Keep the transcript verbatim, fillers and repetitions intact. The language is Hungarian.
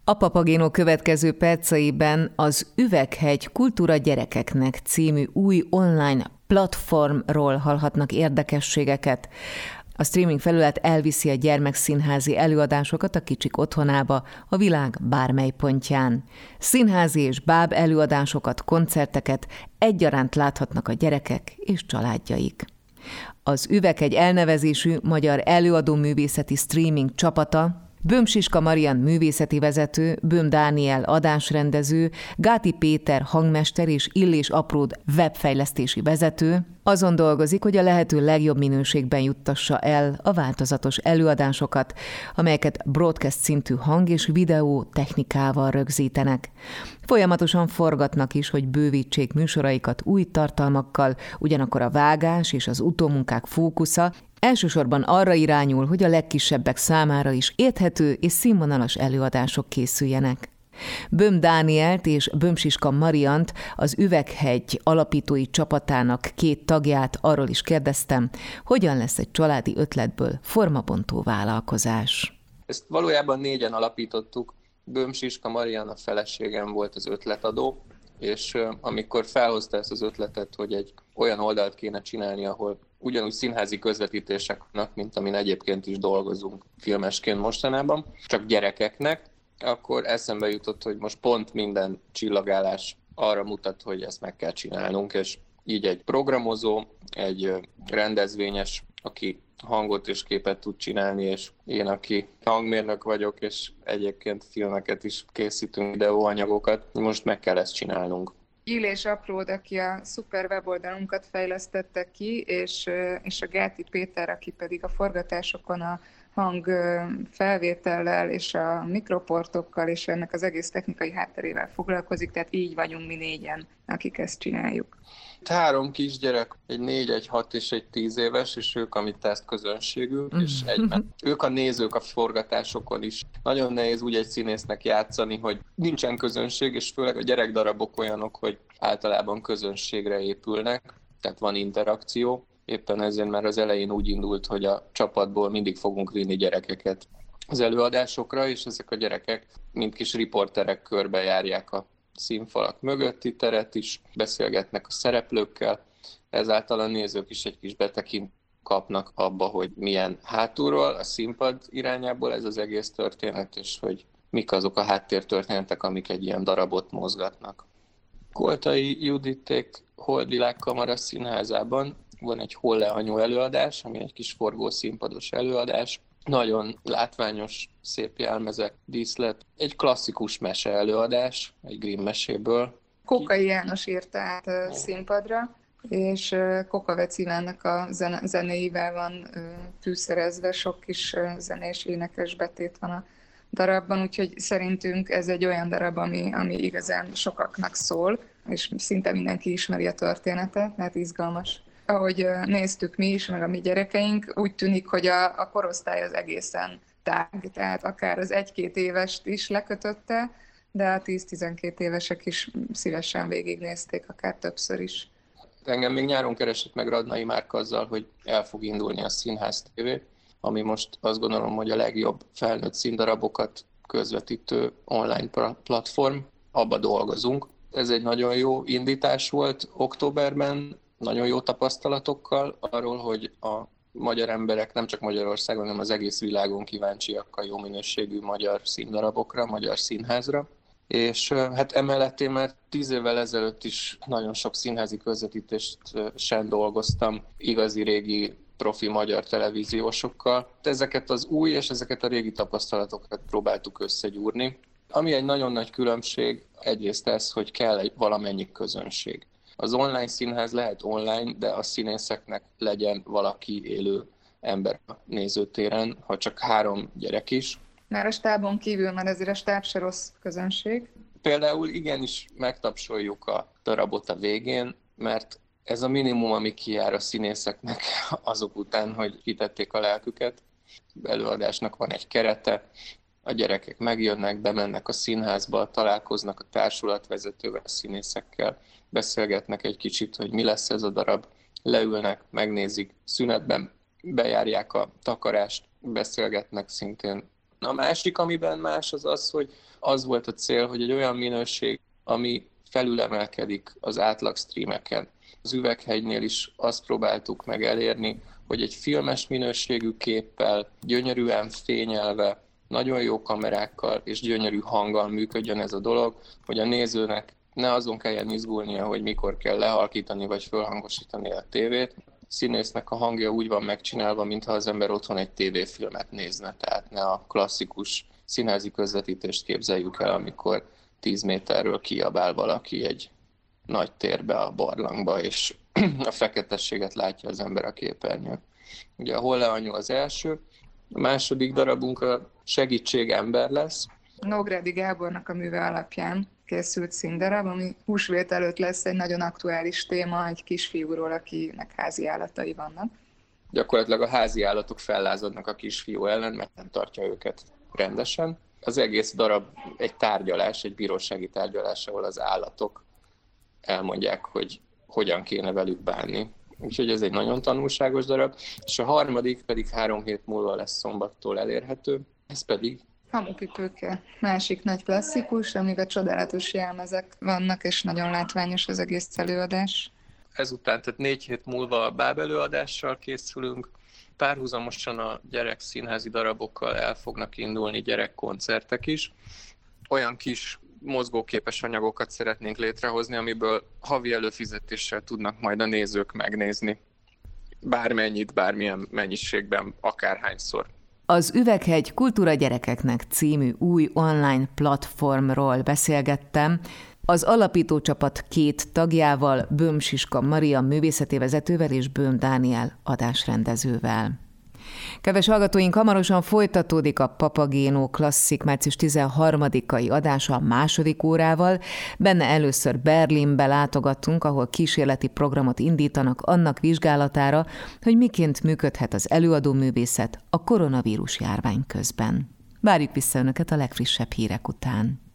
A Papagéno következő perceiben az Üveghegy Kultúra gyerekeknek című új online platformról hallhatnak érdekességeket. A streaming felület elviszi a gyermekszínházi előadásokat a kicsik otthonába a világ bármely pontján. Színházi és báb előadásokat, koncerteket egyaránt láthatnak a gyerekek és családjaik. Az Üveghegy elnevezésű magyar előadóművészeti streaming csapata Böhm Siska Marian művészeti vezető, Böhm Dániel adásrendező, Gáti Péter hangmester és Illés Apród webfejlesztési vezető azon dolgozik, hogy a lehető legjobb minőségben juttassa el a változatos előadásokat, amelyeket broadcast szintű hang- és videó technikával rögzítenek. Folyamatosan forgatnak is, hogy bővítsék műsoraikat új tartalmakkal, ugyanakkor a vágás és az utómunkák fókusza elsősorban arra irányul, hogy a legkisebbek számára is érthető és színvonalas előadások készüljenek. Böhm Dánielt és Böhm Siska Mariant, az Üveghegy alapítói csapatának két tagját arról is kérdeztem, hogyan lesz egy családi ötletből formabontó vállalkozás. Ezt valójában négyen alapítottuk. Böhm Siska Marian, a feleségem volt az ötletadó, és amikor felhozta ezt az ötletet, hogy egy olyan oldalt kéne csinálni, ahol ugyanúgy színházi közvetítések vannak, mint amin egyébként is dolgozunk filmesként mostanában, csak gyerekeknek, akkor eszembe jutott, hogy most pont minden csillagállás arra mutat, hogy ezt meg kell csinálnunk, és így egy programozó, egy rendezvényes, aki hangot és képet tud csinálni, és én, aki hangmérnök vagyok, és egyébként filmeket is készítünk, videóanyagokat, most meg kell ezt csinálnunk. Illés Apród, aki a szuper weboldalunkat fejlesztette ki, és, és a Gáti Péter, aki pedig a forgatásokon a hang felvétellel és a mikroportokkal és ennek az egész technikai hátterével foglalkozik, tehát így vagyunk mi négyen, akik ezt csináljuk. Három kisgyerek, egy négy, egy hat és egy tíz éves, és ők a mi tesztközönségünk, mm. és egyben. Ők a nézők a forgatásokon is. Nagyon nehéz úgy egy színésznek játszani, hogy nincsen közönség, és főleg a gyerekdarabok olyanok, hogy általában közönségre épülnek, tehát van interakció. Éppen ezért már az elején úgy indult, hogy a csapatból mindig fogunk vinni gyerekeket az előadásokra, és ezek a gyerekek, mint kis riporterek körbejárják a színfalak mögötti teret is, beszélgetnek a szereplőkkel, ezáltal a nézők is egy kis betekintést kapnak abba, hogy milyen hátulról, a színpad irányából ez az egész történet, és hogy mik azok a háttértörténetek, amik egy ilyen darabot mozgatnak. Koltai Juditték Holdvilágkamara színházában van egy Holle anyu előadás, ami egy kis forgószínpados előadás. Nagyon látványos, szép jelmezek, díszlet. Egy klasszikus mese előadás, egy Grimm meséből. Kókai János írta át a színpadra, és Kokavec Ivánnak a zenéivel van fűszerezve, sok kis zenés énekes betét van a darabban, úgyhogy szerintünk ez egy olyan darab, ami, ami igazán sokaknak szól, és szinte mindenki ismeri a történetet, mert izgalmas. Ahogy néztük mi is, meg a mi gyerekeink, úgy tűnik, hogy a, a korosztály az egészen tág, tehát akár az egy-két évest is lekötötte, de a tíz-tizenkét évesek is szívesen végignézték, akár többször is. Engem még nyáron keresett meg Radnai Márk azzal, hogy el fog indulni a Színház té vé, ami most azt gondolom, hogy a legjobb felnőtt színdarabokat közvetítő online platform, abba dolgozunk. Ez egy nagyon jó indítás volt októberben, nagyon jó tapasztalatokkal arról, hogy a magyar emberek nem csak Magyarországon, hanem az egész világon kíváncsiak a jó minőségű magyar színdarabokra, magyar színházra. És hát emellett én már tíz évvel ezelőtt is nagyon sok színházi közvetítést sem dolgoztam igazi régi profi magyar televíziósokkal. Ezeket az új és ezeket a régi tapasztalatokat próbáltuk összegyúrni. Ami egy nagyon nagy különbség, egyrészt ez, hogy kell egy valamennyi közönség. Az online színház lehet online, de a színészeknek legyen valaki élő ember a nézőtéren, ha csak három gyerek is. Már a stábon kívül, mert ezért a stáb se rossz közönség. Például igenis megtapsoljuk a darabot a végén, mert ez a minimum, ami kijár a színészeknek azok után, hogy kitették a lelküket. Előadásnak van egy kerete, a gyerekek megjönnek, bemennek a színházba, találkoznak a társulatvezetővel, a színészekkel, beszélgetnek egy kicsit, hogy mi lesz ez a darab, leülnek, megnézik, szünetben bejárják a takarást, beszélgetnek szintén A másik, amiben más, az az, hogy az volt a cél, hogy egy olyan minőség, ami felülemelkedik az átlag streameken. Az Üveghegynél is azt próbáltuk meg elérni, hogy egy filmes minőségű képpel, gyönyörűen fényelve, nagyon jó kamerákkal és gyönyörű hanggal működjön ez a dolog, hogy a nézőnek ne azon kelljen izgulnia, hogy mikor kell lehalkítani vagy fölhangosítani a tévét. A színésznek a hangja úgy van megcsinálva, mintha az ember otthon egy tévéfilmet nézne, tehát ne a klasszikus színházi közvetítést képzeljük el, amikor tíz méterről kiabál valaki egy nagy térbe a barlangba, és a feketességet látja az ember a képernyőn. Ugye a Holle anyu az első, a második darabunk a Segítség ember lesz. Nógrádi Gábornak a műve alapján készült színdarab, ami húsvét előtt lesz egy nagyon aktuális téma, egy kisfiúról, akinek házi állatai vannak. Gyakorlatilag a házi állatok fellázadnak a kisfiú ellen, mert nem tartja őket rendesen. Az egész darab egy tárgyalás, egy bírósági tárgyalás, ahol az állatok elmondják, hogy hogyan kéne velük bánni. Úgyhogy ez egy nagyon tanulságos darab. És a harmadik pedig három hét múlva lesz szombattól elérhető. Ez pedig Hamupipőke, másik nagy klasszikus, amiben csodálatos jelmezek vannak, és nagyon látványos az egész előadás. Ezután, tehát négy hét múlva a báb előadással készülünk. Párhuzamosan a gyerek színházi darabokkal el fognak indulni gyerekkoncertek is. Olyan kis mozgóképes anyagokat szeretnénk létrehozni, amiből havi előfizetéssel tudnak majd a nézők megnézni. Bármennyit, bármilyen mennyiségben, akárhányszor. Az Üveghegy Kultúra gyerekeknek című új online platformról beszélgettem az alapító csapat két tagjával, Böhm Siska Maria művészeti vezetővel és Böhm Dániel adásrendezővel. Kedves hallgatóink, hamarosan folytatódik a Papagéno Klasszik március tizenharmadikai adása a második órával. Benne először Berlinbe látogatunk, ahol kísérleti programot indítanak annak vizsgálatára, hogy miként működhet az előadó művészet a koronavírus járvány közben. Várjuk vissza Önöket a legfrissebb hírek után.